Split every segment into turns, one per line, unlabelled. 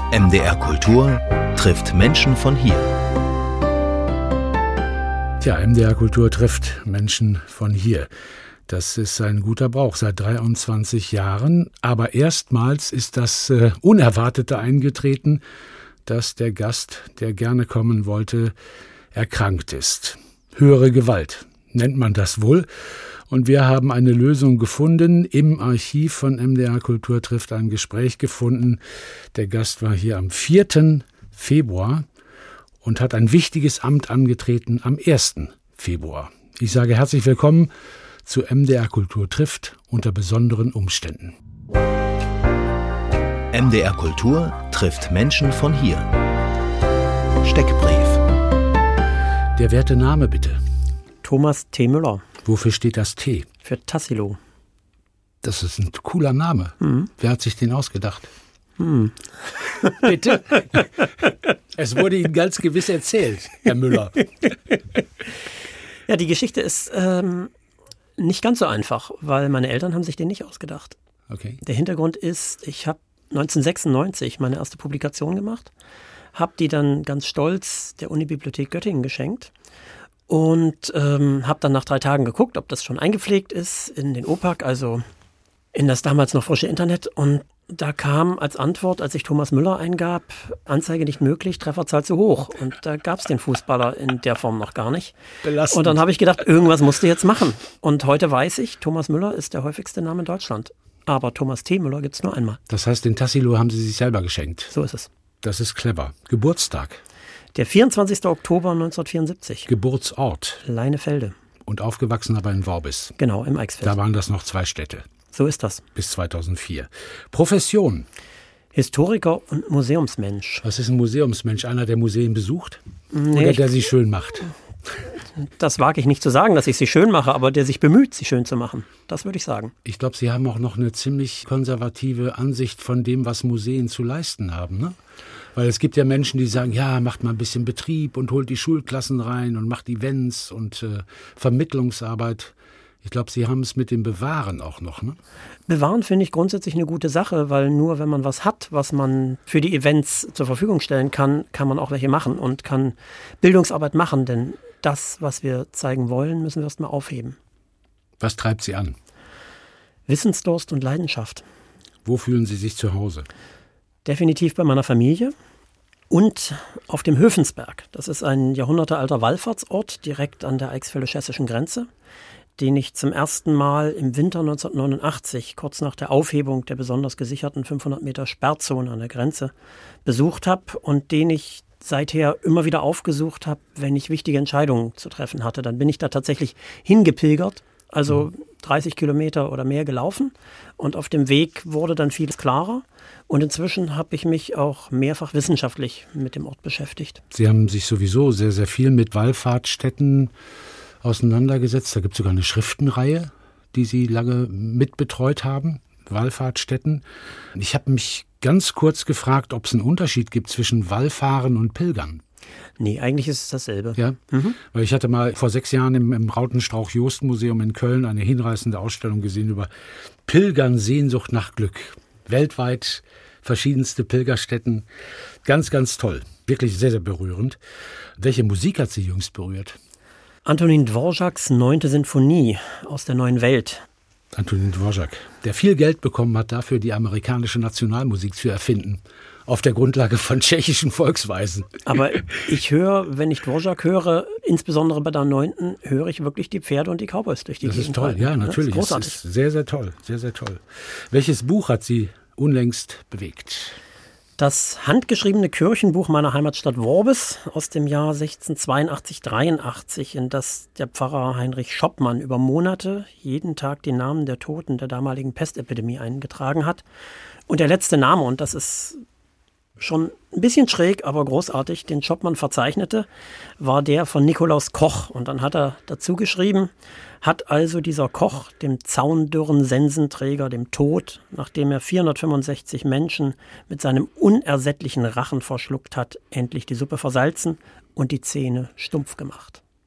MDR Kultur trifft Menschen von hier.
Tja, MDR Kultur trifft Menschen von hier. Das ist ein guter Brauch seit 23 Jahren. Aber erstmals ist das Unerwartete eingetreten, dass der Gast, der gerne kommen wollte, erkrankt ist. Höhere Gewalt nennt man das wohl. Und wir haben eine Lösung gefunden. Im Archiv von MDR Kultur trifft ein Gespräch gefunden. Der Gast war hier am 4. Februar und hat ein wichtiges Amt angetreten am 1. Februar. Ich sage herzlich willkommen zu MDR Kultur trifft unter besonderen Umständen.
MDR Kultur trifft Menschen von hier. Steckbrief.
Der werte Name bitte.
Thomas T. Müller.
Wofür steht das T?
Für Tassilo.
Das ist ein cooler Name. Wer hat sich den ausgedacht?
Bitte?
Es wurde Ihnen ganz gewiss erzählt, Herr Müller.
Ja, die Geschichte ist nicht ganz so einfach, weil meine Eltern haben sich den nicht ausgedacht.
Okay.
Der Hintergrund ist, ich habe 1996 meine erste Publikation gemacht, habe die dann ganz stolz der Unibibliothek Göttingen geschenkt und habe dann nach 3 Tagen geguckt, ob das schon eingepflegt ist in den OPAC, also in das damals noch frische Internet. Und da kam als Antwort, als ich Thomas Müller eingab, Anzeige nicht möglich, Trefferzahl zu hoch. Und da gab es den Fußballer in der Form noch gar nicht.
Belastend.
Und dann habe ich gedacht, irgendwas musst du jetzt machen. Und heute weiß ich, Thomas Müller ist der häufigste Name in Deutschland. Aber Thomas T. Müller gibt es nur einmal.
Das heißt, den Tassilo haben Sie sich selber geschenkt.
So ist es.
Das ist clever. Geburtstag.
Der 24. Oktober 1974.
Geburtsort.
Leinefelde.
Und aufgewachsen aber in Worbis.
Genau, im Eichsfeld.
Da waren das noch 2 Städte.
So ist das.
Bis 2004. Profession.
Historiker und Museumsmensch.
Was ist ein Museumsmensch? Einer, der Museen besucht?
Nee,
Oder der sie schön macht?
das wage ich nicht zu sagen, dass ich sie schön mache, aber der sich bemüht, sie schön zu machen. Das würde ich sagen.
Ich glaube, Sie haben auch noch eine ziemlich konservative Ansicht von dem, was Museen zu leisten haben, ne? Weil es gibt ja Menschen, die sagen, ja, macht mal ein bisschen Betrieb und holt die Schulklassen rein und macht Events und Vermittlungsarbeit. Ich glaube, Sie haben es mit dem Bewahren auch noch, ne?
Bewahren finde ich grundsätzlich eine gute Sache, weil nur wenn man was hat, was man für die Events zur Verfügung stellen kann, kann man auch welche machen und kann Bildungsarbeit machen. Denn das, was wir zeigen wollen, müssen wir erst mal aufheben.
Was treibt Sie an?
Wissensdurst und Leidenschaft.
Wo fühlen Sie sich zu Hause?
Definitiv bei meiner Familie und auf dem Höfensberg. Das ist ein jahrhundertealter Wallfahrtsort direkt an der eichsfällisch-hessischen Grenze, den ich zum ersten Mal im Winter 1989, kurz nach der Aufhebung der besonders gesicherten 500 Meter Sperrzone an der Grenze, besucht habe und den ich seither immer wieder aufgesucht habe, wenn ich wichtige Entscheidungen zu treffen hatte. Dann bin ich da tatsächlich hingepilgert, also 30 Kilometer oder mehr gelaufen und auf dem Weg wurde dann vieles klarer. Und inzwischen habe ich mich auch mehrfach wissenschaftlich mit dem Ort beschäftigt.
Sie haben sich sowieso sehr, sehr viel mit Wallfahrtsstätten auseinandergesetzt. Da gibt es sogar eine Schriftenreihe, die Sie lange mitbetreut haben, Wallfahrtsstätten. Ich habe mich ganz kurz gefragt, ob es einen Unterschied gibt zwischen Wallfahren und Pilgern.
Nee, eigentlich ist es dasselbe.
Ja, weil ich hatte mal vor 6 Jahren im Rautenstrauch-Jost-Museum in Köln eine hinreißende Ausstellung gesehen über Pilgern, Sehnsucht nach Glück. Weltweit verschiedenste Pilgerstätten. Ganz, ganz toll. Wirklich sehr, sehr berührend. Welche Musik hat Sie jüngst berührt?
Antonin Dvořáks 9. Sinfonie aus der neuen Welt.
Antonin Dvořák, der viel Geld bekommen hat dafür, die amerikanische Nationalmusik zu erfinden. Auf der Grundlage von tschechischen Volksweisen.
Aber ich höre, wenn ich Dvořák höre, insbesondere bei der 9., höre ich wirklich die Pferde und die Cowboys durch die Gegend.
Das ist toll, ja, natürlich.
Das ist großartig.
Es ist sehr, sehr toll, sehr, sehr toll. Welches Buch hat Sie unlängst bewegt?
Das handgeschriebene Kirchenbuch meiner Heimatstadt Worbis aus dem Jahr 1682/83, in das der Pfarrer Heinrich Schoppmann über Monate jeden Tag die Namen der Toten der damaligen Pestepidemie eingetragen hat. Und der letzte Name, und das ist schon ein bisschen schräg, aber großartig, den Schoppmann verzeichnete, war der von Nikolaus Koch. Und dann hat er dazu geschrieben, hat also dieser Koch dem zaundürren Sensenträger, dem Tod, nachdem er 465 Menschen mit seinem unersättlichen Rachen verschluckt hat, endlich die Suppe versalzen und die Zähne stumpf gemacht.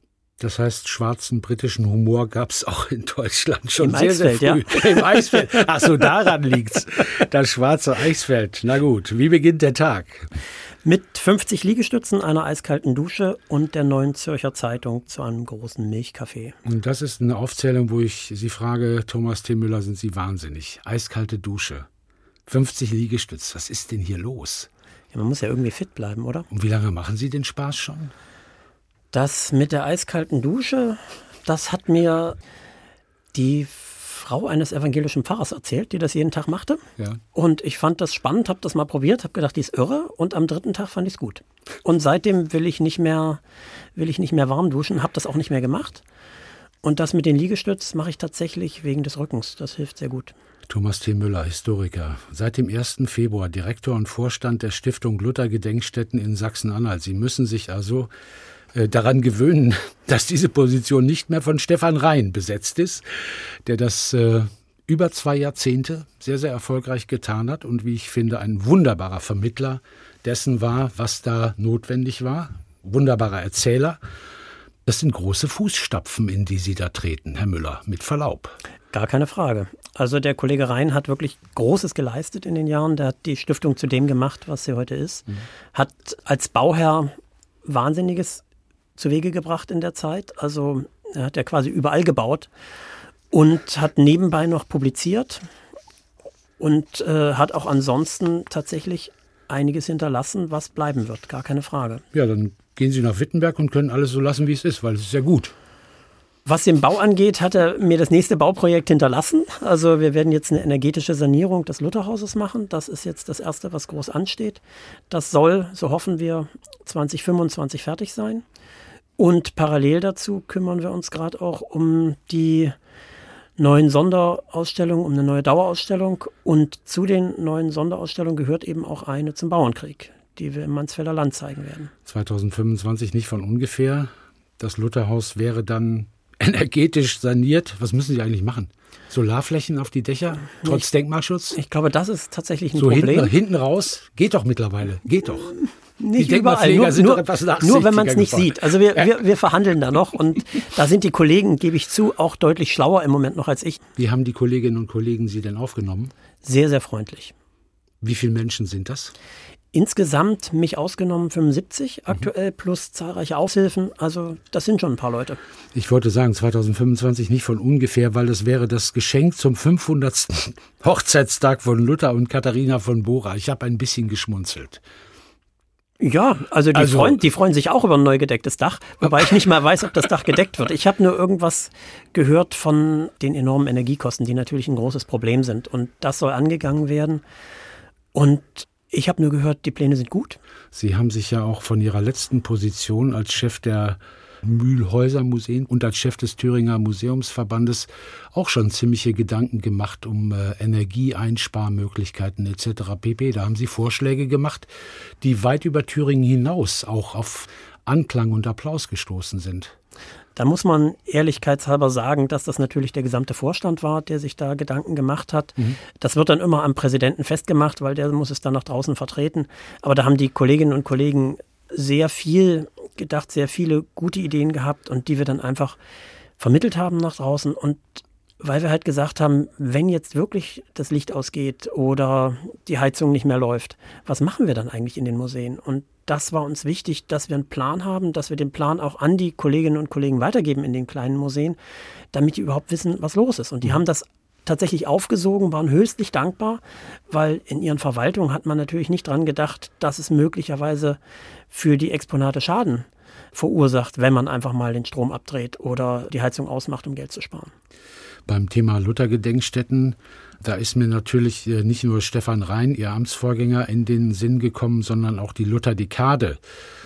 Das heißt, schwarzen britischen Humor gab es auch in Deutschland schon
Im
sehr,
Eichsfeld,
sehr früh.
ja.
Im Eichsfeld. Ach so, daran liegt's. Das schwarze Eichsfeld. Na gut, wie beginnt der Tag?
Mit 50 Liegestützen, einer eiskalten Dusche und der Neuen Zürcher Zeitung zu einem großen Milchkaffee.
Und das ist eine Aufzählung, wo ich Sie frage, Thomas T. Müller, sind Sie wahnsinnig? Eiskalte Dusche, 50 Liegestütze, was ist denn hier los?
Ja, man muss ja irgendwie fit bleiben, oder?
Und wie lange machen Sie den Spaß schon?
Das mit der eiskalten Dusche, das hat mir die Frau eines evangelischen Pfarrers erzählt, die das jeden Tag machte.
Ja.
Und ich fand das spannend, habe das mal probiert, habe gedacht, die ist irre. Und am 3. Tag fand ich es gut. Und seitdem will ich nicht mehr warm duschen, habe das auch nicht mehr gemacht. Und das mit den Liegestütz mache ich tatsächlich wegen des Rückens. Das hilft sehr gut.
Thomas T. Müller, Historiker, seit dem 1. Februar Direktor und Vorstand der Stiftung Luther-Gedenkstätten in Sachsen-Anhalt. Sie müssen sich also daran gewöhnen, dass diese Position nicht mehr von Stefan Rhein besetzt ist, der das über 2 Jahrzehnte sehr, sehr erfolgreich getan hat und, wie ich finde, ein wunderbarer Vermittler dessen war, was da notwendig war. Wunderbarer Erzähler. Das sind große Fußstapfen, in die Sie da treten, Herr Müller, mit Verlaub.
Gar keine Frage. Also der Kollege Rhein hat wirklich Großes geleistet in den Jahren. Der hat die Stiftung zu dem gemacht, was sie heute ist. Hat als Bauherr Wahnsinniges zu Wege gebracht in der Zeit. Also er hat ja quasi überall gebaut und hat nebenbei noch publiziert und hat auch ansonsten tatsächlich einiges hinterlassen, was bleiben wird. Gar keine Frage.
Ja, dann gehen Sie nach Wittenberg und können alles so lassen, wie es ist, weil es ist ja gut.
Was den Bau angeht, hat er mir das nächste Bauprojekt hinterlassen. Also wir werden jetzt eine energetische Sanierung des Lutherhauses machen. Das ist jetzt das Erste, was groß ansteht. Das soll, so hoffen wir, 2025 fertig sein. Und parallel dazu kümmern wir uns gerade auch um die neuen Sonderausstellungen, um eine neue Dauerausstellung. Und zu den neuen Sonderausstellungen gehört eben auch eine zum Bauernkrieg, die wir im Mansfelder Land zeigen werden. 2025
nicht von ungefähr. Das Lutherhaus wäre dann energetisch saniert. Was müssen Sie eigentlich machen? Solarflächen auf die Dächer, trotz Denkmalschutz?
Ich glaube, das ist tatsächlich ein Problem.
Hinten raus? Geht doch mittlerweile. Geht doch.
Nicht
die
überall,
sind doch etwas
nur wenn man es nicht sieht. Also wir verhandeln da noch und da sind die Kollegen, gebe ich zu, auch deutlich schlauer im Moment noch als ich.
Wie haben die Kolleginnen und Kollegen Sie denn aufgenommen?
Sehr, sehr freundlich.
Wie viele Menschen sind das?
Insgesamt, mich ausgenommen, 75 aktuell, plus zahlreiche Aushilfen. Also das sind schon ein paar Leute.
Ich wollte sagen, 2025 nicht von ungefähr, weil das wäre das Geschenk zum 500. Hochzeitstag von Luther und Katharina von Bora. Ich habe ein bisschen geschmunzelt.
Ja, also die freuen sich auch über ein neu gedecktes Dach, wobei ich nicht mal weiß, ob das Dach gedeckt wird. Ich habe nur irgendwas gehört von den enormen Energiekosten, die natürlich ein großes Problem sind. Und das soll angegangen werden. Und ich habe nur gehört, die Pläne sind gut.
Sie haben sich ja auch von Ihrer letzten Position als Chef der Mühlhäuser Museen und als Chef des Thüringer Museumsverbandes auch schon ziemliche Gedanken gemacht um Energieeinsparmöglichkeiten etc. pp. Da haben Sie Vorschläge gemacht, die weit über Thüringen hinaus auch auf Anklang und Applaus gestoßen sind.
Da muss man ehrlichkeitshalber sagen, dass das natürlich der gesamte Vorstand war, der sich da Gedanken gemacht hat. Das wird dann immer am Präsidenten festgemacht, weil der muss es dann nach draußen vertreten. Aber da haben die Kolleginnen und Kollegen sehr viel gedacht, sehr viele gute Ideen gehabt und die wir dann einfach vermittelt haben nach draußen. Und weil wir halt gesagt haben, wenn jetzt wirklich das Licht ausgeht oder die Heizung nicht mehr läuft, was machen wir dann eigentlich in den Museen? Und das war uns wichtig, dass wir einen Plan haben, dass wir den Plan auch an die Kolleginnen und Kollegen weitergeben in den kleinen Museen, damit die überhaupt wissen, was los ist. Und die haben das tatsächlich aufgesogen, waren höchstlich dankbar, weil in ihren Verwaltungen hat man natürlich nicht dran gedacht, dass es möglicherweise für die Exponate Schaden verursacht, wenn man einfach mal den Strom abdreht oder die Heizung ausmacht, um Geld zu sparen.
Beim Thema Luther-Gedenkstätten, da ist mir natürlich nicht nur Stefan Rhein, Ihr Amtsvorgänger, in den Sinn gekommen, sondern auch die Luther-Dekade,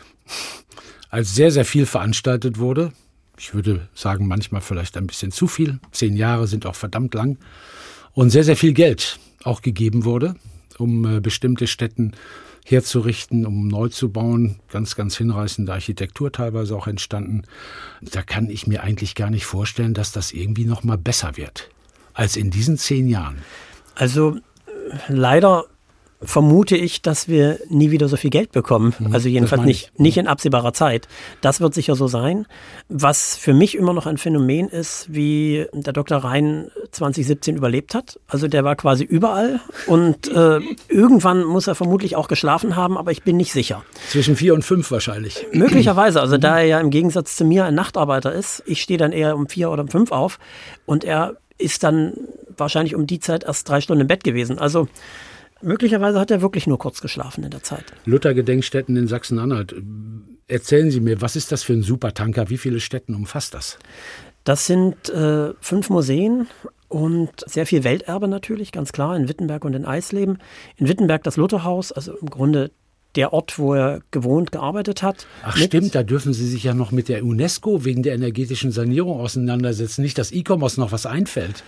als sehr, sehr viel veranstaltet wurde. Ich würde sagen, manchmal vielleicht ein bisschen zu viel. 10 Jahre sind auch verdammt lang. Und sehr, sehr viel Geld auch gegeben wurde, um bestimmte Stätten herzurichten, um neu zu bauen. Ganz, ganz hinreißende Architektur teilweise auch entstanden. Da kann ich mir eigentlich gar nicht vorstellen, dass das irgendwie noch mal besser wird als in diesen 10 Jahren.
Also leider vermute ich, dass wir nie wieder so viel Geld bekommen. Also jedenfalls nicht in absehbarer Zeit. Das wird sicher so sein. Was für mich immer noch ein Phänomen ist, wie der Dr. Rhein 2017 überlebt hat. Also der war quasi überall und irgendwann muss er vermutlich auch geschlafen haben, aber ich bin nicht sicher.
Zwischen 4 und 5 wahrscheinlich.
Möglicherweise, also da er ja im Gegensatz zu mir ein Nachtarbeiter ist, ich stehe dann eher um 4 oder um 5 auf und er ist dann wahrscheinlich um die Zeit erst 3 Stunden im Bett gewesen. Also möglicherweise hat er wirklich nur kurz geschlafen in der Zeit.
Luther-Gedenkstätten in Sachsen-Anhalt. Erzählen Sie mir, was ist das für ein Supertanker? Wie viele Stätten umfasst das?
Das sind 5 Museen und sehr viel Welterbe natürlich, ganz klar, in Wittenberg und in Eisleben. In Wittenberg das Lutherhaus, also im Grunde der Ort, wo er gewohnt, gearbeitet hat.
Ach stimmt, da dürfen Sie sich ja noch mit der UNESCO wegen der energetischen Sanierung auseinandersetzen. Nicht, dass ICOMOS noch was einfällt.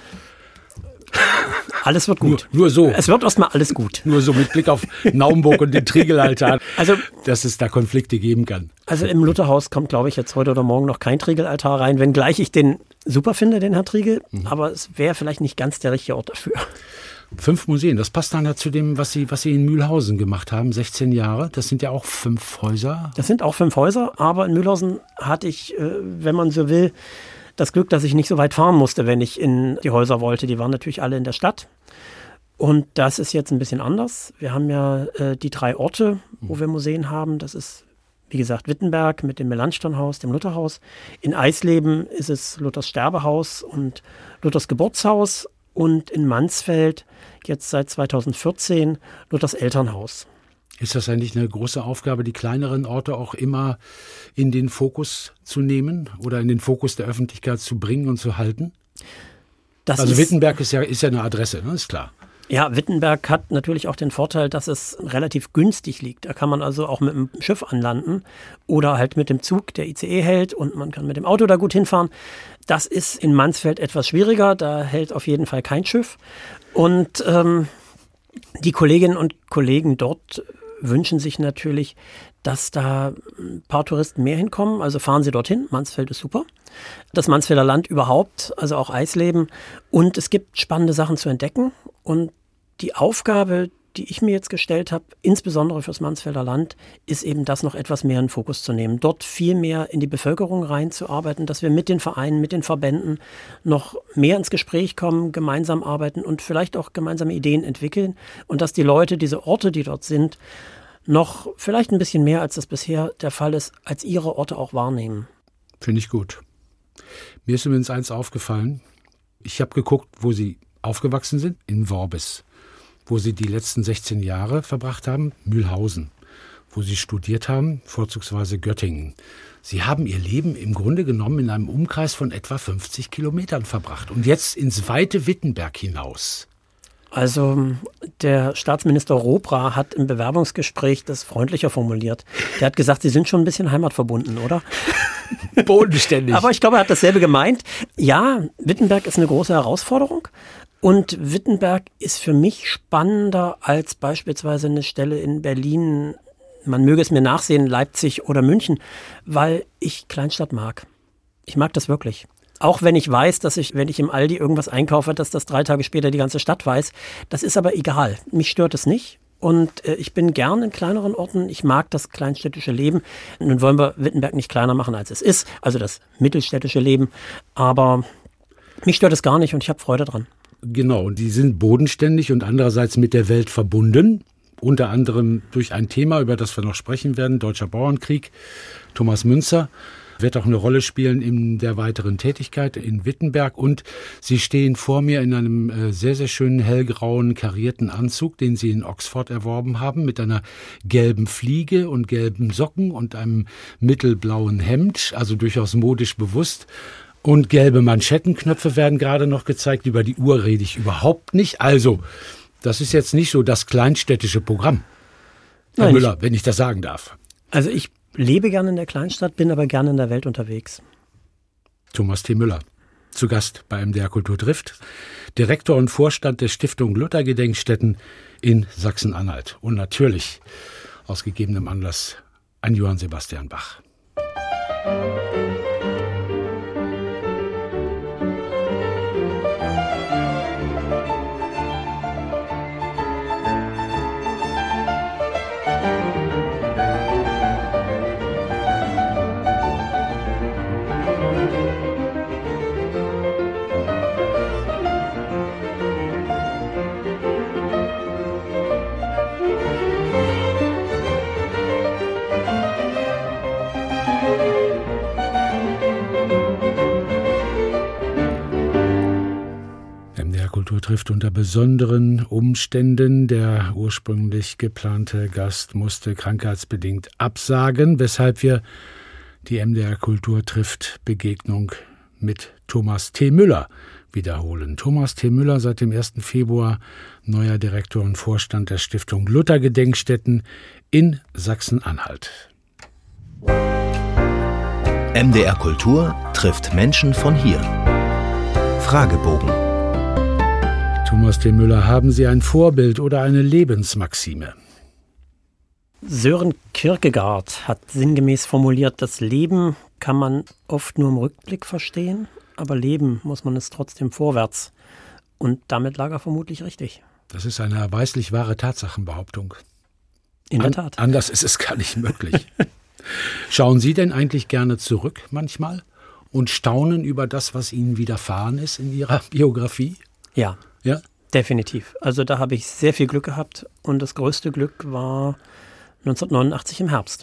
Alles wird gut.
Nur so.
Es wird erstmal alles gut.
Nur so mit Blick auf Naumburg und den Triegelaltar, also, dass es da Konflikte geben kann.
Also im Lutherhaus kommt, glaube ich, jetzt heute oder morgen noch kein Triegelaltar rein, wenngleich ich den super finde, den Herrn Triegel. Aber es wäre vielleicht nicht ganz der richtige Ort dafür.
5 Museen, das passt dann ja zu dem, was Sie in Mühlhausen gemacht haben, 16 Jahre. Das sind ja auch 5 Häuser.
Das sind auch 5 Häuser, aber in Mühlhausen hatte ich, wenn man so will, das Glück, dass ich nicht so weit fahren musste, wenn ich in die Häuser wollte. Die waren natürlich alle in der Stadt. Und das ist jetzt ein bisschen anders. Wir haben ja die 3 Orte, wo wir Museen haben. Das ist, wie gesagt, Wittenberg mit dem Melanchthonhaus, dem Lutherhaus. In Eisleben ist es Luthers Sterbehaus und Luthers Geburtshaus. Und in Mansfeld, jetzt seit 2014, Luthers Elternhaus.
Ist das eigentlich eine große Aufgabe, die kleineren Orte auch immer in den Fokus zu nehmen oder in den Fokus der Öffentlichkeit zu bringen und zu halten? Also Wittenberg ist ja eine Adresse, ne? Ist klar.
Ja, Wittenberg hat natürlich auch den Vorteil, dass es relativ günstig liegt. Da kann man also auch mit dem Schiff anlanden oder halt mit dem Zug, der ICE hält, und man kann mit dem Auto da gut hinfahren. Das ist in Mansfeld etwas schwieriger, da hält auf jeden Fall kein Schiff. Und die Kolleginnen und Kollegen dort wünschen sich natürlich, dass da ein paar Touristen mehr hinkommen. Also fahren Sie dorthin, Mansfeld ist super. Das Mansfelder Land überhaupt, also auch Eisleben. Und es gibt spannende Sachen zu entdecken. Und die Aufgabe, die ich mir jetzt gestellt habe, insbesondere fürs Mansfelder Land, ist eben das noch etwas mehr in den Fokus zu nehmen. Dort viel mehr in die Bevölkerung reinzuarbeiten, dass wir mit den Vereinen, mit den Verbänden noch mehr ins Gespräch kommen, gemeinsam arbeiten und vielleicht auch gemeinsame Ideen entwickeln. Und dass die Leute, diese Orte, die dort sind, noch vielleicht ein bisschen mehr, als das bisher der Fall ist, als ihre Orte auch wahrnehmen.
Finde ich gut. Mir ist übrigens eins aufgefallen. Ich habe geguckt, wo Sie aufgewachsen sind, in Worbis. Wo Sie die letzten 16 Jahre verbracht haben, Mühlhausen. Wo Sie studiert haben, vorzugsweise Göttingen. Sie haben Ihr Leben im Grunde genommen in einem Umkreis von etwa 50 Kilometern verbracht. Und jetzt ins weite Wittenberg hinaus.
Also der Staatsminister Robra hat im Bewerbungsgespräch das freundlicher formuliert. Der hat gesagt, Sie sind schon ein bisschen heimatverbunden, oder?
Bodenständig.
Aber ich glaube, er hat dasselbe gemeint. Ja, Wittenberg ist eine große Herausforderung. Und Wittenberg ist für mich spannender als beispielsweise eine Stelle in Berlin, man möge es mir nachsehen, Leipzig oder München, weil ich Kleinstadt mag. Ich mag das wirklich. Auch wenn ich weiß, dass wenn ich im Aldi irgendwas einkaufe, dass das 3 Tage später die ganze Stadt weiß. Das ist aber egal. Mich stört es nicht. Und ich bin gern in kleineren Orten. Ich mag das kleinstädtische Leben. Nun wollen wir Wittenberg nicht kleiner machen, als es ist. Also das mittelstädtische Leben. Aber mich stört es gar nicht und ich habe Freude dran.
Genau, und die sind bodenständig und andererseits mit der Welt verbunden. Unter anderem durch ein Thema, über das wir noch sprechen werden, Deutscher Bauernkrieg. Thomas Münzer wird auch eine Rolle spielen in der weiteren Tätigkeit in Wittenberg. Und Sie stehen vor mir in einem sehr, sehr schönen hellgrauen karierten Anzug, den Sie in Oxford erworben haben, mit einer gelben Fliege und gelben Socken und einem mittelblauen Hemd, also durchaus modisch bewusst. Und gelbe Manschettenknöpfe werden gerade noch gezeigt. Über die Uhr rede ich überhaupt nicht. Also, das ist jetzt nicht so das kleinstädtische Programm. Herr Müller, wenn ich das sagen darf.
Also ich lebe gerne in der Kleinstadt, bin aber gerne in der Welt unterwegs.
Thomas T. Müller, zu Gast bei MDR Kultur trifft, Direktor und Vorstand der Stiftung Luther-Gedenkstätten in Sachsen-Anhalt. Und natürlich, aus gegebenem Anlass, an Johann Sebastian Bach. trifft unter besonderen Umständen. Der ursprünglich geplante Gast musste krankheitsbedingt absagen, weshalb wir die MDR Kultur trifft Begegnung mit Thomas T. Müller wiederholen. Thomas T. Müller, seit dem 1. Februar neuer Direktor und Vorstand der Stiftung Luther Gedenkstätten in Sachsen-Anhalt.
MDR Kultur trifft Menschen von hier. Fragebogen.
Thomas T. Müller, haben Sie ein Vorbild oder eine Lebensmaxime?
Sören Kierkegaard hat sinngemäß formuliert, das Leben kann man oft nur im Rückblick verstehen, aber leben muss man es trotzdem vorwärts. Und damit lag er vermutlich richtig.
Das ist eine erweislich wahre Tatsachenbehauptung.
In der Tat.
Anders ist es gar nicht möglich. Schauen Sie denn eigentlich gerne zurück manchmal und staunen über das, was Ihnen widerfahren ist in Ihrer Biografie?
Ja, definitiv. Also da habe ich sehr viel Glück gehabt und das größte Glück war 1989 im Herbst.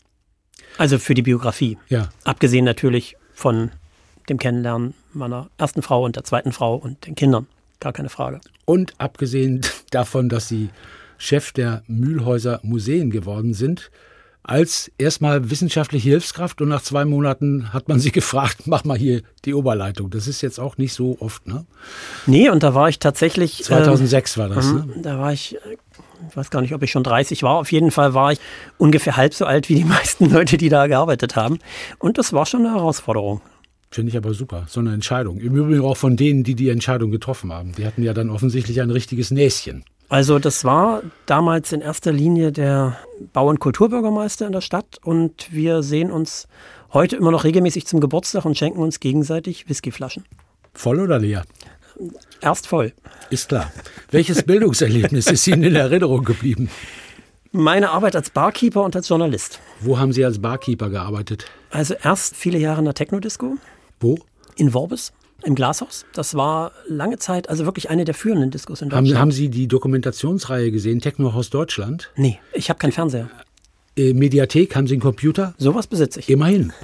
Also für die Biografie.
Ja.
Abgesehen natürlich von dem Kennenlernen meiner ersten Frau und der zweiten Frau und den Kindern. Gar keine Frage.
Und abgesehen davon, dass Sie Chef der Mülhäuser Museen geworden sind, als erstmal wissenschaftliche Hilfskraft und nach 2 Monaten hat man Sie gefragt, mach mal hier die Oberleitung. Das ist jetzt auch nicht so oft, ne?
Nee, und da war ich tatsächlich...
2006 war das, ne?
Da war ich weiß gar nicht, ob ich schon 30 war. Auf jeden Fall war ich ungefähr halb so alt wie die meisten Leute, die da gearbeitet haben. Und das war schon eine Herausforderung.
Finde ich aber super, so eine Entscheidung. Im Übrigen auch von denen, die die Entscheidung getroffen haben. Die hatten ja dann offensichtlich ein richtiges Näschen.
Also das war damals in erster Linie der Bau- und Kulturbürgermeister in der Stadt. Und wir sehen uns heute immer noch regelmäßig zum Geburtstag und schenken uns gegenseitig Whiskyflaschen.
Voll oder leer?
Erst voll.
Ist klar. Welches Bildungserlebnis ist Ihnen in Erinnerung geblieben?
Meine Arbeit als Barkeeper und als Journalist.
Wo haben Sie als Barkeeper gearbeitet?
Also erst viele Jahre in der Techno-Disco.
Wo?
In Worbis, im Glashaus. Das war lange Zeit, also wirklich eine der führenden Discos in Deutschland.
Haben Sie die Dokumentationsreihe gesehen, Techno-Haus Deutschland?
Nee, ich habe keinen Fernseher.
Mediathek, haben Sie einen Computer?
Sowas besitze ich.
Immerhin.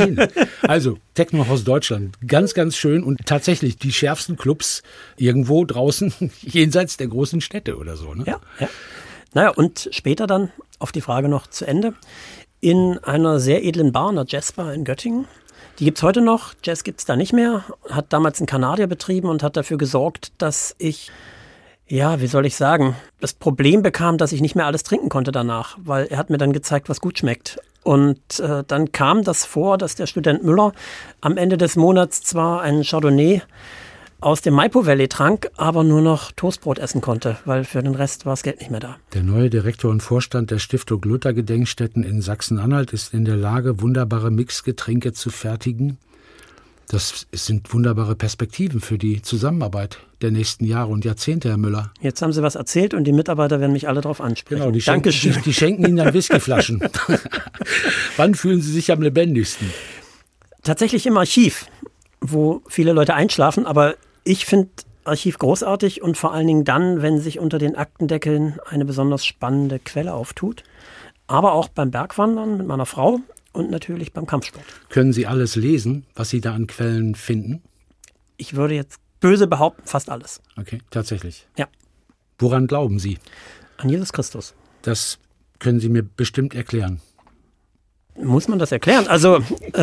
Also, Techno-Haus Deutschland, ganz, ganz schön und tatsächlich die schärfsten Clubs irgendwo draußen, jenseits der großen Städte oder so, ne?
Ja. Naja, und später dann, auf die Frage noch zu Ende, in einer sehr edlen Bar, einer Jazzbar in Göttingen. Die gibt's heute noch, Jazz gibt's da nicht mehr, hat damals ein Kanadier betrieben und hat dafür gesorgt, dass ich, ja, wie soll ich sagen, das Problem bekam, dass ich nicht mehr alles trinken konnte danach, weil er hat mir dann gezeigt, was gut schmeckt. Und dann kam das vor, dass der Student Müller am Ende des Monats zwar einen Chardonnay aus dem Maipo Valley trank, aber nur noch Toastbrot essen konnte, weil für den Rest war das Geld nicht mehr da.
Der neue Direktor und Vorstand der Stiftung Luther Gedenkstätten in Sachsen-Anhalt ist in der Lage, wunderbare Mixgetränke zu fertigen. Das sind wunderbare Perspektiven für die Zusammenarbeit der nächsten Jahre und Jahrzehnte, Herr Müller.
Jetzt haben Sie was erzählt und die Mitarbeiter werden mich alle darauf ansprechen.
Genau,
Dankeschön.
Die schenken Ihnen dann Whiskyflaschen. Wann fühlen Sie sich am lebendigsten?
Tatsächlich im Archiv, wo viele Leute einschlafen, aber ich finde Archiv großartig und vor allen Dingen dann, wenn sich unter den Aktendeckeln eine besonders spannende Quelle auftut. Aber auch beim Bergwandern mit meiner Frau und natürlich beim Kampfsport.
Können Sie alles lesen, was Sie da an Quellen finden?
Ich würde jetzt böse behaupten, fast alles.
Okay, tatsächlich.
Ja.
Woran glauben Sie?
An Jesus Christus.
Das können Sie mir bestimmt erklären.
Muss man das erklären? Also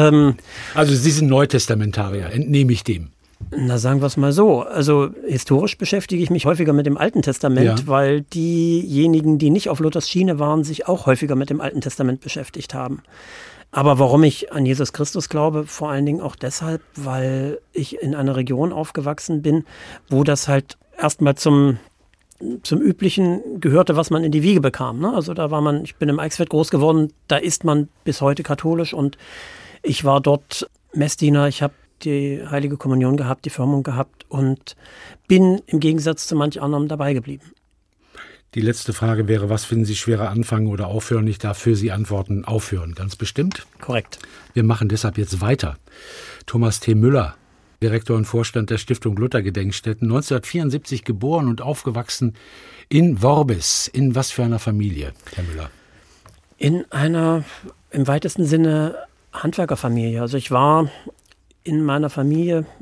Sie sind Neutestamentarier, entnehme ich dem.
Na, sagen wir es mal so. Also historisch beschäftige ich mich häufiger mit dem Alten Testament, weil diejenigen, die nicht auf Luthers Schiene waren, sich auch häufiger mit dem Alten Testament beschäftigt haben. Aber warum ich an Jesus Christus glaube, vor allen Dingen auch deshalb, weil ich in einer Region aufgewachsen bin, wo das halt erstmal zum Üblichen gehörte, was man in die Wiege bekam. Ne? Also ich bin im Eichsfeld groß geworden, da ist man bis heute katholisch und ich war dort Messdiener, ich habe die Heilige Kommunion gehabt, die Firmung gehabt und bin im Gegensatz zu manch anderem dabei geblieben.
Die letzte Frage wäre, was finden Sie schwerer, anfangen oder aufhören? Ich darf für Sie antworten, aufhören, ganz bestimmt.
Korrekt.
Wir machen deshalb jetzt weiter. Thomas T. Müller, Direktor und Vorstand der Stiftung Luther Gedenkstätten, 1974 geboren und aufgewachsen in Worbis. In was für einer Familie, Herr Müller?
In einer, im weitesten Sinne, Handwerkerfamilie. Also ich war in meiner Familie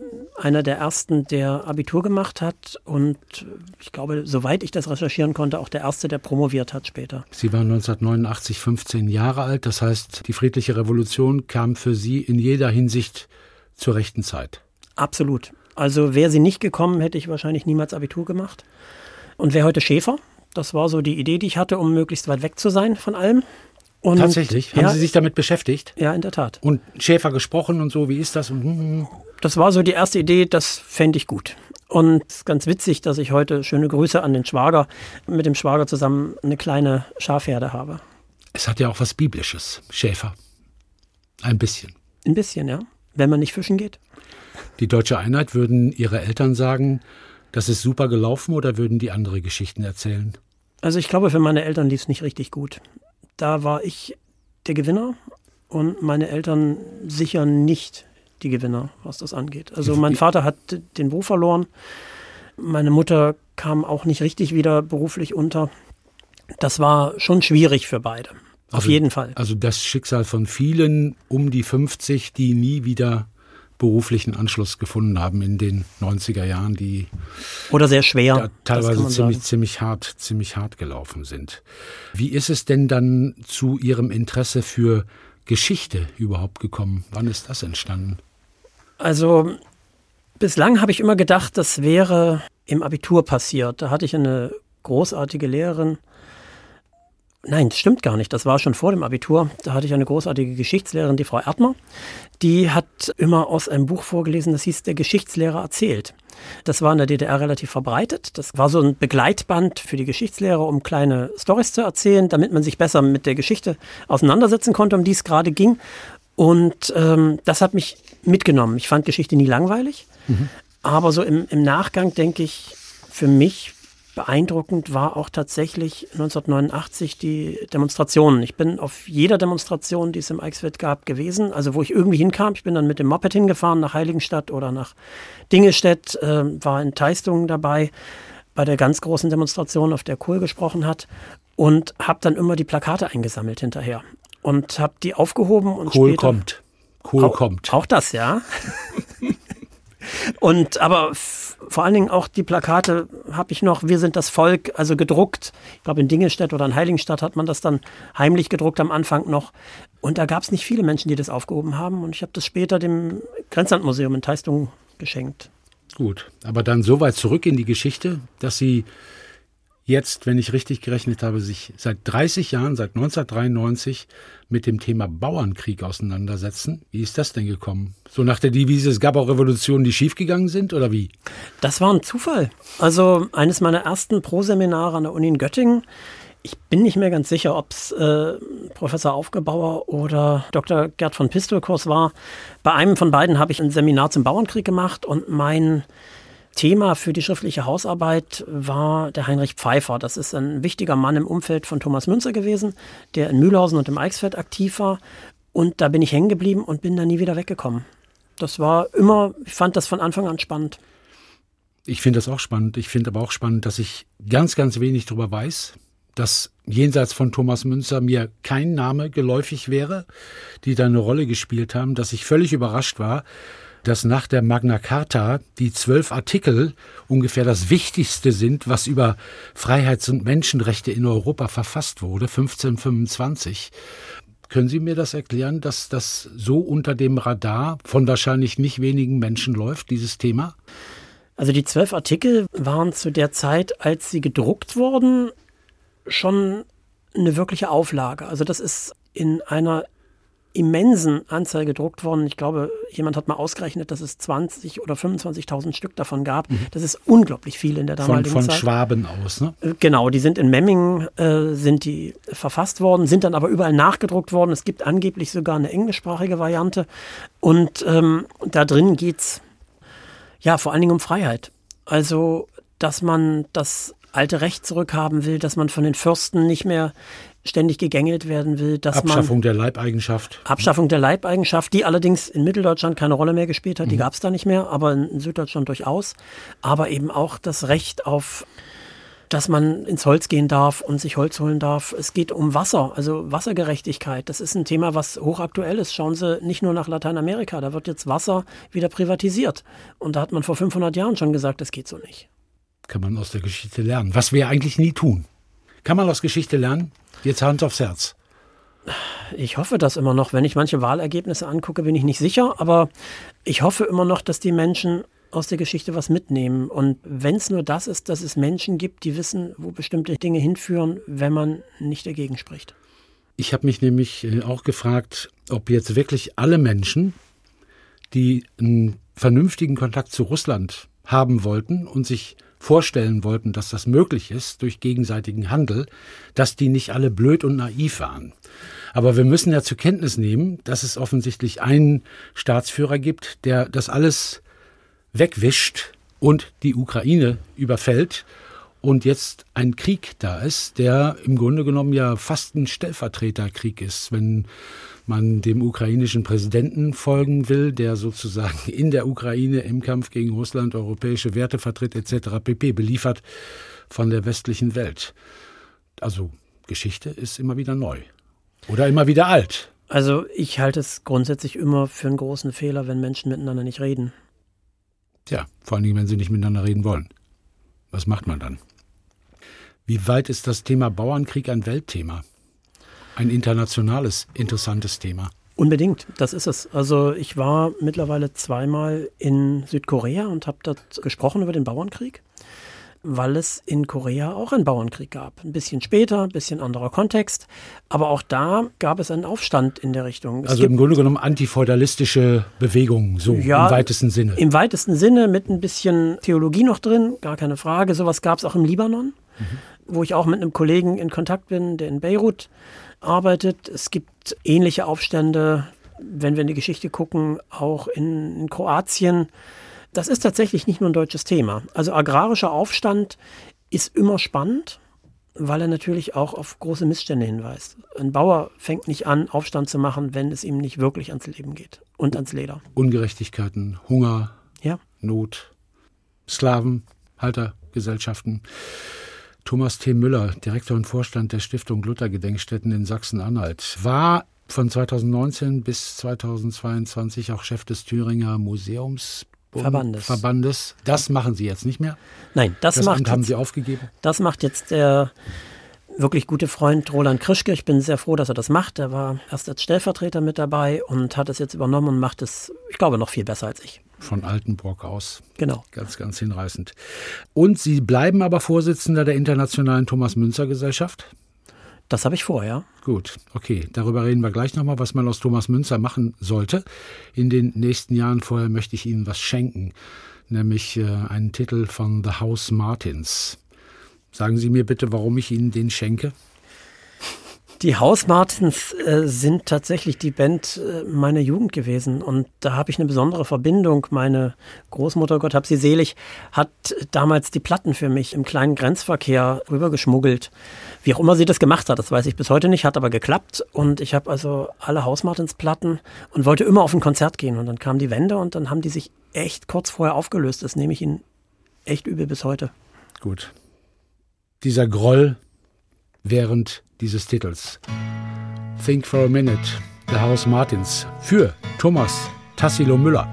einer der ersten, der Abitur gemacht hat und ich glaube, soweit ich das recherchieren konnte, auch der erste, der promoviert hat später.
Sie waren 1989 15 Jahre alt, das heißt, die friedliche Revolution kam für Sie in jeder Hinsicht zur rechten Zeit.
Absolut. Also wäre sie nicht gekommen, hätte ich wahrscheinlich niemals Abitur gemacht. Und wäre heute Schäfer. Das war so die Idee, die ich hatte, um möglichst weit weg zu sein von allem. Und
tatsächlich? Haben Sie sich damit beschäftigt?
Ja, in der Tat.
Und Schäfer gesprochen und so, wie ist das?
Das war so die erste Idee, das fände ich gut. Und es ist ganz witzig, dass ich heute, schöne Grüße an den Schwager, mit dem Schwager zusammen eine kleine Schafherde habe.
Es hat ja auch was Biblisches, Schäfer. Ein bisschen.
Ein bisschen, ja. Wenn man nicht fischen geht.
Die Deutsche Einheit, würden Ihre Eltern sagen, das ist super gelaufen oder würden die andere Geschichten erzählen?
Also ich glaube, für meine Eltern lief es nicht richtig gut. Da war ich der Gewinner und meine Eltern sicher nicht die Gewinner, was das angeht. Also mein Vater hat den Beruf verloren. Meine Mutter kam auch nicht richtig wieder beruflich unter. Das war schon schwierig für beide. Auf jeden Fall.
Also das Schicksal von vielen um die 50, die nie wieder beruflichen Anschluss gefunden haben in den 90er Jahren, die
oder sehr schwer,
teilweise ziemlich hart gelaufen sind. Wie ist es denn dann zu Ihrem Interesse für Geschichte überhaupt gekommen? Wann ist das entstanden?
Also bislang habe ich immer gedacht, das wäre im Abitur passiert. Da hatte ich eine großartige Lehrerin. Nein, das stimmt gar nicht. Das war schon vor dem Abitur. Da hatte ich eine großartige Geschichtslehrerin, die Frau Erdmer. Die hat immer aus einem Buch vorgelesen, das hieß Der Geschichtslehrer erzählt. Das war in der DDR relativ verbreitet. Das war so ein Begleitband für die Geschichtslehrer, um kleine Storys zu erzählen, damit man sich besser mit der Geschichte auseinandersetzen konnte, um die es gerade ging. Und das hat mich mitgenommen. Ich fand Geschichte nie langweilig. Aber so im Nachgang denke ich, für mich beeindruckend war auch tatsächlich 1989 die Demonstrationen. Ich bin auf jeder Demonstration, die es im Eichsfeld gab, gewesen. Also wo ich irgendwie hinkam. Ich bin dann mit dem Moped hingefahren nach Heiligenstadt oder nach Dingelstedt, war in Teistungen dabei bei der ganz großen Demonstration, auf der Kohl gesprochen hat und habe dann immer die Plakate eingesammelt hinterher und habe die aufgehoben. Und
Kohl
später
kommt.
Auch das, ja. Und aber vor allen Dingen auch die Plakate habe ich noch, wir sind das Volk, also gedruckt. Ich glaube in Dingelstedt oder in Heiligenstadt hat man das dann heimlich gedruckt am Anfang noch. Und da gab es nicht viele Menschen, die das aufgehoben haben. Und ich habe das später dem Grenzlandmuseum in Teistungen geschenkt.
Gut, aber dann so weit zurück in die Geschichte, dass Sie jetzt, wenn ich richtig gerechnet habe, sich seit 30 Jahren, seit 1993 mit dem Thema Bauernkrieg auseinandersetzen. Wie ist das denn gekommen? So nach der Devise, es gab auch Revolutionen, die schiefgegangen sind, oder wie?
Das war ein Zufall. Also eines meiner ersten Pro-Seminare an der Uni in Göttingen. Ich bin nicht mehr ganz sicher, ob es Professor Aufgebauer oder Dr. Gerd von Pistelkurs war. Bei einem von beiden habe ich ein Seminar zum Bauernkrieg gemacht und mein Thema für die schriftliche Hausarbeit war der Heinrich Pfeiffer. Das ist ein wichtiger Mann im Umfeld von Thomas Münzer gewesen, der in Mühlhausen und im Eichsfeld aktiv war. Und da bin ich hängen geblieben und bin da nie wieder weggekommen. Das war immer, ich fand das von Anfang an spannend.
Ich finde das auch spannend. Ich finde aber auch spannend, dass ich ganz, ganz wenig darüber weiß, dass jenseits von Thomas Münzer mir kein Name geläufig wäre, die da eine Rolle gespielt haben, dass ich völlig überrascht war, dass nach der Magna Carta die 12 Artikel ungefähr das Wichtigste sind, was über Freiheits- und Menschenrechte in Europa verfasst wurde, 1525. Können Sie mir das erklären, dass das so unter dem Radar von wahrscheinlich nicht wenigen Menschen läuft, dieses Thema?
Also die 12 Artikel waren zu der Zeit, als sie gedruckt wurden, schon eine wirkliche Auflage. Also das ist in einer immensen Anzahl gedruckt worden. Ich glaube, jemand hat mal ausgerechnet, dass es 20.000 oder 25.000 Stück davon gab. Das ist unglaublich viel in der damaligen Zeit.
Von Schwaben aus, ne?
Genau, die sind in Memmingen sind die verfasst worden, sind dann aber überall nachgedruckt worden. Es gibt angeblich sogar eine englischsprachige Variante. Und da drin geht's ja vor allen Dingen um Freiheit. Also, dass man das alte Recht zurückhaben will, dass man von den Fürsten nicht mehr ständig gegängelt werden will. Dass
Abschaffung der Leibeigenschaft.
Abschaffung der Leibeigenschaft, die allerdings in Mitteldeutschland keine Rolle mehr gespielt hat. Die gab es da nicht mehr, aber in Süddeutschland durchaus. Aber eben auch das Recht auf dass man ins Holz gehen darf und sich Holz holen darf. Es geht um Wasser, also Wassergerechtigkeit. Das ist ein Thema, was hochaktuell ist. Schauen Sie nicht nur nach Lateinamerika, da wird jetzt Wasser wieder privatisiert. Und da hat man vor 500 Jahren schon gesagt, das geht so nicht.
Kann man aus der Geschichte lernen, was wir eigentlich nie tun. Kann man aus Geschichte lernen? Jetzt Hand aufs Herz.
Ich hoffe das immer noch. Wenn ich manche Wahlergebnisse angucke, bin ich nicht sicher. Aber ich hoffe immer noch, dass die Menschen aus der Geschichte was mitnehmen. Und wenn es nur das ist, dass es Menschen gibt, die wissen, wo bestimmte Dinge hinführen, wenn man nicht dagegen spricht.
Ich habe mich nämlich auch gefragt, ob jetzt wirklich alle Menschen, die einen vernünftigen Kontakt zu Russland haben wollten und sich vorstellen wollten, dass das möglich ist durch gegenseitigen Handel, dass die nicht alle blöd und naiv waren. Aber wir müssen ja zur Kenntnis nehmen, dass es offensichtlich einen Staatsführer gibt, der das alles wegwischt und die Ukraine überfällt und jetzt ein Krieg da ist, der im Grunde genommen ja fast ein Stellvertreterkrieg ist, wenn man dem ukrainischen Präsidenten folgen will, der sozusagen in der Ukraine im Kampf gegen Russland europäische Werte vertritt etc. pp. Beliefert von der westlichen Welt. Also Geschichte ist immer wieder neu oder immer wieder alt.
Also ich halte es grundsätzlich immer für einen großen Fehler, wenn Menschen miteinander nicht reden.
Tja, vor allen Dingen, wenn sie nicht miteinander reden wollen. Was macht man dann? Wie weit ist das Thema Bauernkrieg ein Weltthema? Ein internationales, interessantes Thema?
Unbedingt, das ist es. Also ich war mittlerweile 2-mal in Südkorea und habe dort gesprochen über den Bauernkrieg, weil es in Korea auch einen Bauernkrieg gab. Ein bisschen später, ein bisschen anderer Kontext, aber auch da gab es einen Aufstand in der Richtung.
Also im Grunde genommen antifeudalistische Bewegungen, so
ja,
im weitesten Sinne.
Im weitesten Sinne, mit ein bisschen Theologie noch drin, gar keine Frage. Sowas gab es auch im Libanon, wo ich auch mit einem Kollegen in Kontakt bin, der in Beirut arbeitet. Es gibt ähnliche Aufstände, wenn wir in die Geschichte gucken, auch in Kroatien. Das ist tatsächlich nicht nur ein deutsches Thema. Also agrarischer Aufstand ist immer spannend, weil er natürlich auch auf große Missstände hinweist. Ein Bauer fängt nicht an, Aufstand zu machen, wenn es ihm nicht wirklich ans Leben geht und ans Leder.
Ungerechtigkeiten, Hunger,
ja.
Not, Sklavenhaltergesellschaften. Thomas T. Müller, Direktor und Vorstand der Stiftung Luther-Gedenkstätten in Sachsen-Anhalt, war von 2019 bis 2022 auch Chef des Thüringer Museumsverbandes. Das machen Sie jetzt nicht mehr?
Nein, das
haben Sie aufgegeben?
Das macht jetzt der wirklich gute Freund Roland Krischke. Ich bin sehr froh, dass er das macht. Er war erst als Stellvertreter mit dabei und hat es jetzt übernommen und macht es, ich glaube, noch viel besser als ich.
Von Altenburg aus.
Genau.
Ganz, ganz hinreißend. Und Sie bleiben aber Vorsitzender der Internationalen Thomas-Münzer-Gesellschaft?
Das habe ich vor, ja.
Gut, okay. Darüber reden wir gleich nochmal, was man aus Thomas Münzer machen sollte. In den nächsten Jahren vorher möchte ich Ihnen was schenken, nämlich einen Titel von The House Martins. Sagen Sie mir bitte, warum ich Ihnen den schenke?
Die House Martins sind tatsächlich die Band meiner Jugend gewesen und da habe ich eine besondere Verbindung. Meine Großmutter, Gott hab sie selig, hat damals die Platten für mich im kleinen Grenzverkehr rübergeschmuggelt. Wie auch immer sie das gemacht hat, das weiß ich bis heute nicht, hat aber geklappt und ich habe also alle House Martins Platten und wollte immer auf ein Konzert gehen und dann kam die Wende und dann haben die sich echt kurz vorher aufgelöst. Das nehme ich ihnen echt übel bis heute.
Gut. Dieser Groll während dieses Titels. Think for a Minute, The House Martins für Thomas Tassilo Müller.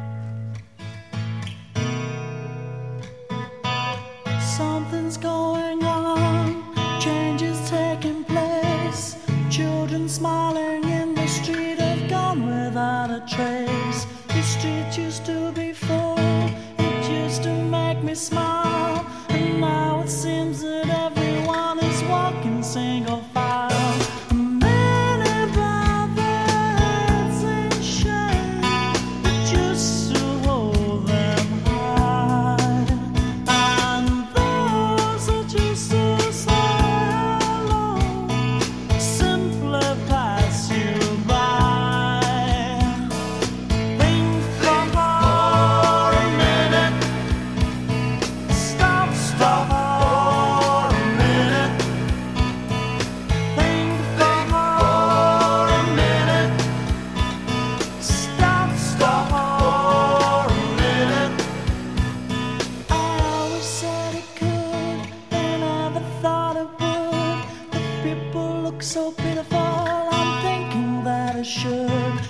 Something's going on, change is taking place. Children smiling in the street have gone without a trace. The street used to be full, it used to make me smile. And now it seems that everyone is walking single file. people look so pitiful. I'm thinking that I should.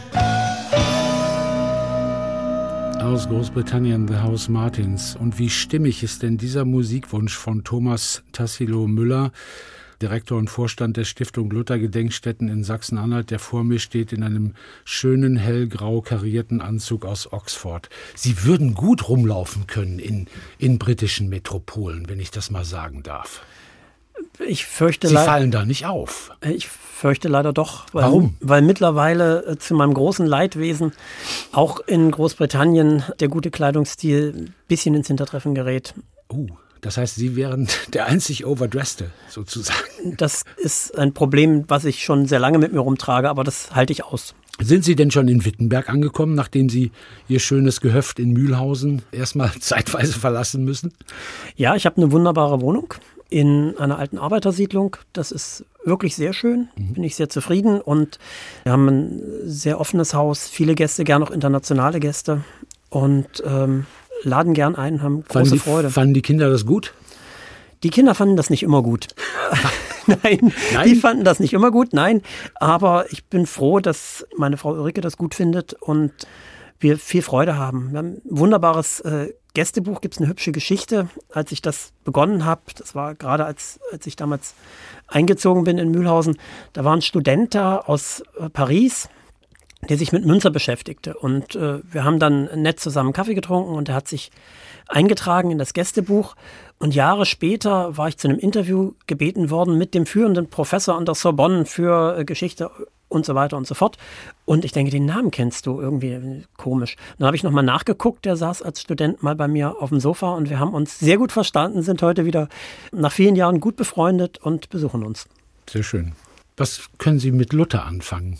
Aus Großbritannien, The House Martins. Und wie stimmig ist denn dieser Musikwunsch von Thomas Tassilo Müller, Direktor und Vorstand der Stiftung Luther-Gedenkstätten in Sachsen-Anhalt, der vor mir steht in einem schönen, hellgrau karierten Anzug aus Oxford. Sie würden gut rumlaufen können in britischen Metropolen, wenn ich das mal sagen darf.
Ich fürchte
Sie fallen da nicht auf.
Ich fürchte leider doch.
Warum?
Weil mittlerweile zu meinem großen Leidwesen auch in Großbritannien der gute Kleidungsstil ein bisschen ins Hintertreffen gerät.
Das heißt, Sie wären der einzig Overdresste, sozusagen.
Das ist ein Problem, was ich schon sehr lange mit mir rumtrage, aber das halte ich aus.
Sind Sie denn schon in Wittenberg angekommen, nachdem Sie Ihr schönes Gehöft in Mühlhausen erstmal zeitweise verlassen müssen?
Ja, ich habe eine wunderbare Wohnung in einer alten Arbeitersiedlung. Das ist wirklich sehr schön, bin ich sehr zufrieden. Und wir haben ein sehr offenes Haus, viele Gäste, gern auch internationale Gäste. Und laden gern ein, haben große Freude.
Fanden die Kinder das gut?
Die Kinder fanden das nicht immer gut. Nein, die fanden das nicht immer gut, nein. Aber ich bin froh, dass meine Frau Ulrike das gut findet und wir viel Freude haben. Wir haben ein wunderbares Gästebuch, gibt es eine hübsche Geschichte. Als ich das begonnen habe, das war gerade als ich damals eingezogen bin in Mühlhausen, da war ein Student da aus Paris, der sich mit Münzer beschäftigte. Und wir haben dann nett zusammen Kaffee getrunken und er hat sich eingetragen in das Gästebuch. Und Jahre später war ich zu einem Interview gebeten worden mit dem führenden Professor an der Sorbonne für Geschichte und so weiter und so fort. Und ich denke, den Namen kennst du, irgendwie komisch. Dann habe ich nochmal nachgeguckt, der saß als Student mal bei mir auf dem Sofa und wir haben uns sehr gut verstanden, sind heute wieder nach vielen Jahren gut befreundet und besuchen uns.
Sehr schön. Was können Sie mit Luther anfangen?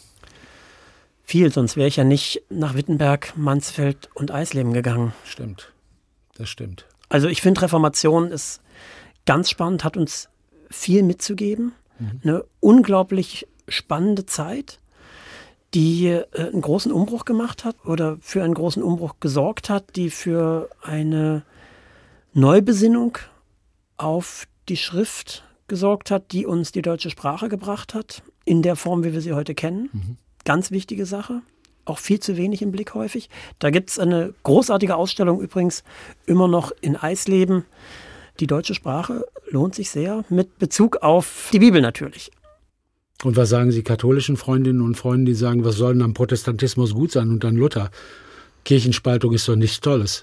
Viel, sonst wäre ich ja nicht nach Wittenberg, Mansfeld und Eisleben gegangen.
Stimmt, das stimmt.
Also ich finde, Reformation ist ganz spannend, hat uns viel mitzugeben. Eine unglaublich spannende Zeit, die einen großen Umbruch gemacht hat oder für einen großen Umbruch gesorgt hat, die für eine Neubesinnung auf die Schrift gesorgt hat, die uns die deutsche Sprache gebracht hat, in der Form, wie wir sie heute kennen. Ganz wichtige Sache, auch viel zu wenig im Blick häufig. Da gibt es eine großartige Ausstellung übrigens immer noch in Eisleben. Die deutsche Sprache lohnt sich sehr, mit Bezug auf die Bibel natürlich.
Und was sagen Sie katholischen Freundinnen und Freunden, die sagen, was soll denn am Protestantismus gut sein und an Luther? Kirchenspaltung ist doch nichts Tolles.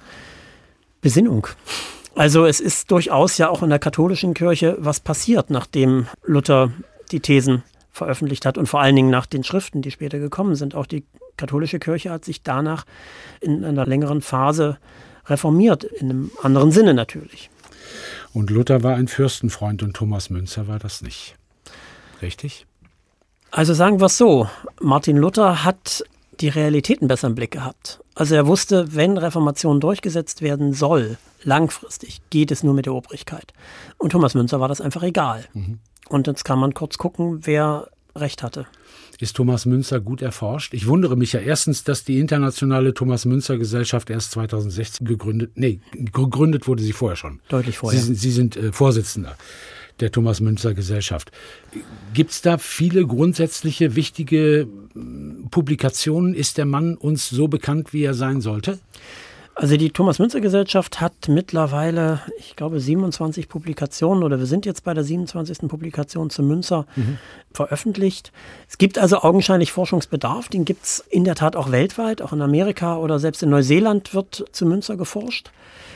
Besinnung. Also es ist durchaus ja auch in der katholischen Kirche was passiert, nachdem Luther die Thesen veröffentlicht hat und vor allen Dingen nach den Schriften, die später gekommen sind. Auch die katholische Kirche hat sich danach in einer längeren Phase reformiert, in einem anderen Sinne natürlich.
Und Luther war ein Fürstenfreund und Thomas Müntzer war das nicht. Richtig?
Also sagen wir es so, Martin Luther hat die Realitäten besser im Blick gehabt. Also er wusste, wenn Reformation durchgesetzt werden soll, langfristig, geht es nur mit der Obrigkeit. Und Thomas Müntzer war das einfach egal. Und jetzt kann man kurz gucken, wer recht hatte.
Ist Thomas Müntzer gut erforscht? Ich wundere mich ja erstens, dass die internationale Thomas-Müntzer-Gesellschaft erst 2016 gegründet wurde sie vorher schon.
Deutlich vorher.
Sie sind Vorsitzender der Thomas-Müntzer-Gesellschaft. Gibt es da viele grundsätzliche, wichtige Publikationen? Ist der Mann uns so bekannt, wie er sein sollte?
Also die Thomas-Müntzer-Gesellschaft hat mittlerweile, ich glaube, 27 Publikationen oder wir sind jetzt bei der 27. Publikation zu Müntzer veröffentlicht. Es gibt also augenscheinlich Forschungsbedarf, den gibt es in der Tat auch weltweit, auch in Amerika oder selbst in Neuseeland wird zu Müntzer geforscht.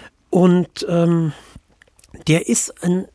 Und der ist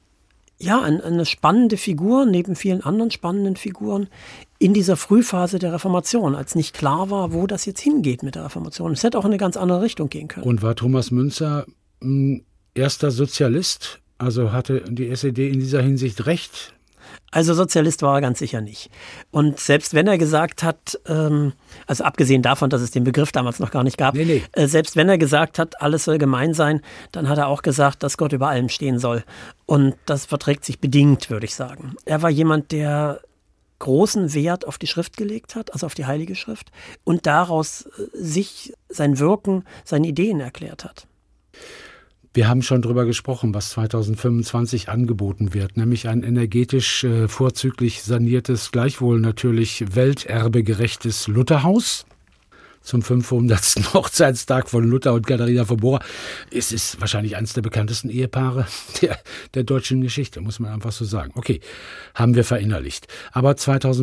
eine spannende Figur, neben vielen anderen spannenden Figuren, in dieser Frühphase der Reformation, als nicht klar war, wo das jetzt hingeht mit der Reformation. Es hätte auch in eine ganz andere Richtung gehen können.
Und war Thomas Müntzer erster Sozialist? Also hatte die SED in dieser Hinsicht recht?
Also Sozialist war er ganz sicher nicht. Und selbst wenn er gesagt hat, also abgesehen davon, dass es den Begriff damals noch gar nicht gab, selbst wenn er gesagt hat, alles soll gemein sein, dann hat er auch gesagt, dass Gott über allem stehen soll. Und das verträgt sich bedingt, würde ich sagen. Er war jemand, der großen Wert auf die Schrift gelegt hat, also auf die Heilige Schrift, und daraus sich sein Wirken, seine Ideen erklärt hat.
Wir haben schon drüber gesprochen, was 2025 angeboten wird, nämlich ein energetisch vorzüglich saniertes, gleichwohl natürlich welterbegerechtes Lutherhaus zum 500. Hochzeitstag von Luther und Katharina von Bora. Es ist wahrscheinlich eines der bekanntesten Ehepaare der deutschen Geschichte, muss man einfach so sagen. Okay, haben wir verinnerlicht. Aber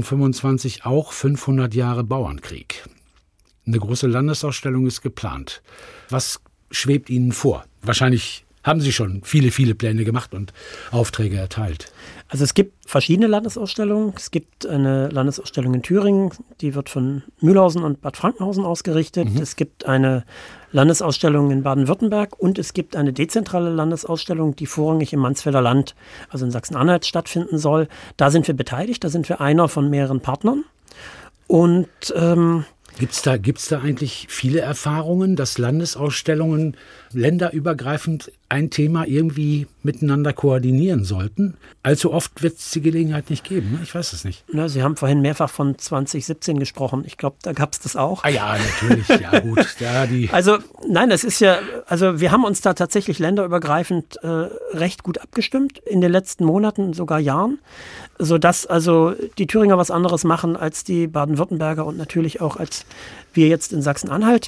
2025 auch 500 Jahre Bauernkrieg. Eine große Landesausstellung ist geplant. Was schwebt Ihnen vor? Wahrscheinlich haben Sie schon viele, viele Pläne gemacht und Aufträge erteilt.
Also es gibt verschiedene Landesausstellungen. Es gibt eine Landesausstellung in Thüringen, die wird von Mühlhausen und Bad Frankenhausen ausgerichtet. Es gibt eine Landesausstellung in Baden-Württemberg und es gibt eine dezentrale Landesausstellung, die vorrangig im Mansfelder Land, also in Sachsen-Anhalt, stattfinden soll. Da sind wir beteiligt, da sind wir einer von mehreren Partnern. Und
Gibt's da eigentlich viele Erfahrungen, dass Landesausstellungen länderübergreifend ein Thema irgendwie miteinander koordinieren sollten? Allzu oft wird es die Gelegenheit nicht geben, ne? Ich weiß es nicht.
Na, Sie haben vorhin mehrfach von 2017 gesprochen. Ich glaube, da gab es das auch.
Ah ja, natürlich, ja gut. Ja,
also nein, das ist ja, also wir haben uns da tatsächlich länderübergreifend recht gut abgestimmt in den letzten Monaten, sogar Jahren, sodass also die Thüringer was anderes machen als die Baden-Württemberger und natürlich auch als wir jetzt in Sachsen-Anhalt.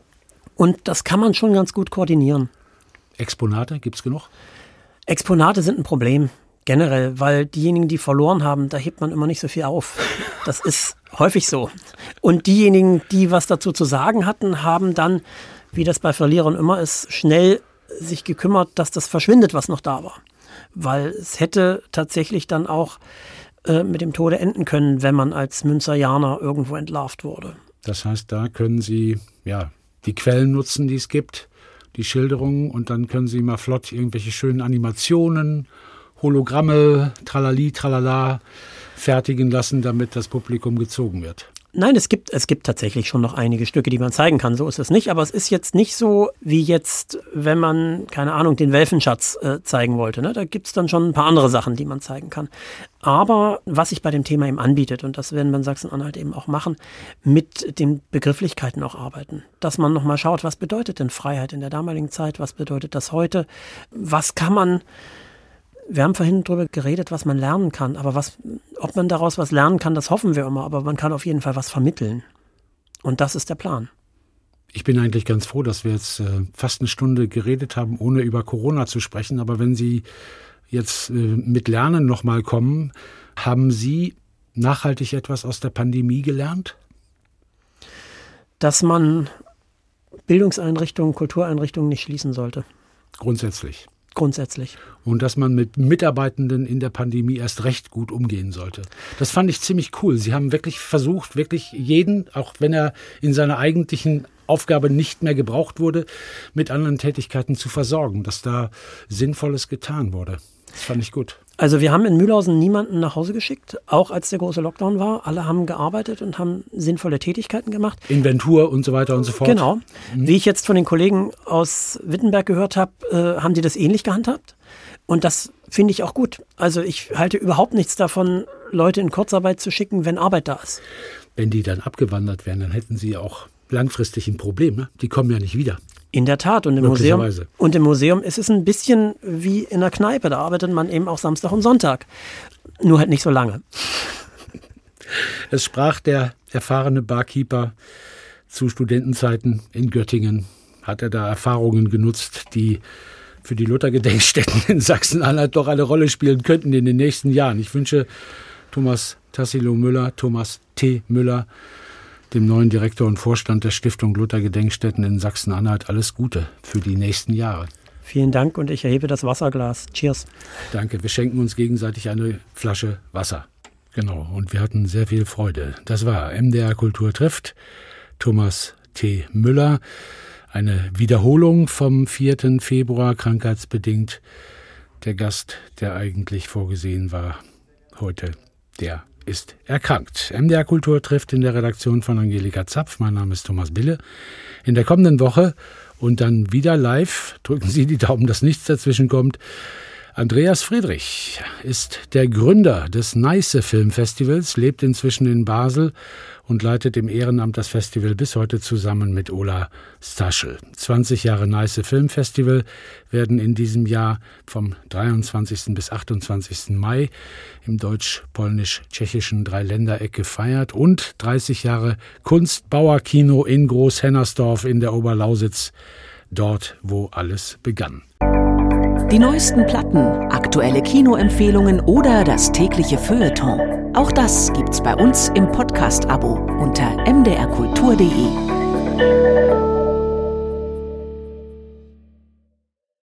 Und das kann man schon ganz gut koordinieren.
Exponate, gibt es genug?
Exponate sind ein Problem, generell, weil diejenigen, die verloren haben, da hebt man immer nicht so viel auf. Das ist häufig so. Und diejenigen, die was dazu zu sagen hatten, haben dann, wie das bei Verlierern immer ist, schnell sich gekümmert, dass das verschwindet, was noch da war. Weil es hätte tatsächlich dann auch mit dem Tode enden können, wenn man als Münzeraner irgendwo entlarvt wurde.
Das heißt, da können Sie die Quellen nutzen, die es gibt, die Schilderungen, und dann können Sie mal flott irgendwelche schönen Animationen, Hologramme, Tralali, Tralala fertigen lassen, damit das Publikum gezogen wird.
Nein, es gibt tatsächlich schon noch einige Stücke, die man zeigen kann. So ist es nicht. Aber es ist jetzt nicht so, wie jetzt, wenn man, keine Ahnung, den Welfenschatz zeigen wollte. Ne? Da gibt es dann schon ein paar andere Sachen, die man zeigen kann. Aber was sich bei dem Thema eben anbietet, und das werden wir in Sachsen-Anhalt eben auch machen, mit den Begrifflichkeiten auch arbeiten. Dass man nochmal schaut, was bedeutet denn Freiheit in der damaligen Zeit? Was bedeutet das heute? Was kann man... Wir haben vorhin darüber geredet, was man lernen kann, aber ob man daraus was lernen kann, das hoffen wir immer, aber man kann auf jeden Fall was vermitteln. Und das ist der Plan.
Ich bin eigentlich ganz froh, dass wir jetzt fast eine Stunde geredet haben, ohne über Corona zu sprechen. Aber wenn Sie jetzt mit Lernen nochmal kommen, haben Sie nachhaltig etwas aus der Pandemie gelernt?
Dass man Bildungseinrichtungen, Kultureinrichtungen nicht schließen sollte.
Grundsätzlich.
Grundsätzlich.
Und dass man mit Mitarbeitenden in der Pandemie erst recht gut umgehen sollte. Das fand ich ziemlich cool. Sie haben wirklich versucht, wirklich jeden, auch wenn er in seiner eigentlichen Aufgabe nicht mehr gebraucht wurde, mit anderen Tätigkeiten zu versorgen, dass da Sinnvolles getan wurde. Das fand ich gut. Also wir haben in Mühlhausen niemanden nach Hause geschickt, auch als der große Lockdown war. Alle haben gearbeitet und haben sinnvolle Tätigkeiten gemacht. Inventur und so weiter und so fort. Genau. Wie ich jetzt von den Kollegen aus Wittenberg gehört habe, haben die das ähnlich gehandhabt. Und das finde ich auch gut. Also ich halte überhaupt nichts davon, Leute in Kurzarbeit zu schicken, wenn Arbeit da ist. Wenn die dann abgewandert wären, dann hätten sie auch langfristig ein Problem. Ne? Die kommen ja nicht wieder. In der Tat. Und im Museum ist es ein bisschen wie in der Kneipe. Da arbeitet man eben auch Samstag und Sonntag. Nur halt nicht so lange. Es sprach der erfahrene Barkeeper zu Studentenzeiten in Göttingen. Hat er da Erfahrungen genutzt, die für die Luther-Gedenkstätten in Sachsen-Anhalt doch eine Rolle spielen könnten in den nächsten Jahren. Ich wünsche Thomas T. Müller, dem neuen Direktor und Vorstand der Stiftung Luther-Gedenkstätten in Sachsen-Anhalt, alles Gute für die nächsten Jahre. Vielen Dank und ich erhebe das Wasserglas. Cheers. Danke, wir schenken uns gegenseitig eine Flasche Wasser. Genau, und wir hatten sehr viel Freude. Das war MDR Kultur trifft, Thomas T. Müller. Eine Wiederholung vom 4. Februar, krankheitsbedingt. Der Gast, der eigentlich vorgesehen war heute, der ist erkrankt. MDR Kultur trifft in der Redaktion von Angelika Zapf. Mein Name ist Thomas Bille. In der kommenden Woche und dann wieder live, drücken Sie die Daumen, dass nichts dazwischen kommt, Andreas Friedrich ist der Gründer des Neiße Filmfestivals, lebt inzwischen in Basel und leitet im Ehrenamt das Festival bis heute zusammen mit Ola Staschel. 20 Jahre Neiße Filmfestival werden in diesem Jahr vom 23. bis 28. Mai im deutsch-polnisch-tschechischen Dreiländereck gefeiert und 30 Jahre Kunstbauerkino in Großhennersdorf in der Oberlausitz, dort, wo alles begann.
Die neuesten Platten, aktuelle Kinoempfehlungen oder das tägliche Feuilleton. Auch das gibt's bei uns im Podcast-Abo unter mdrkultur.de.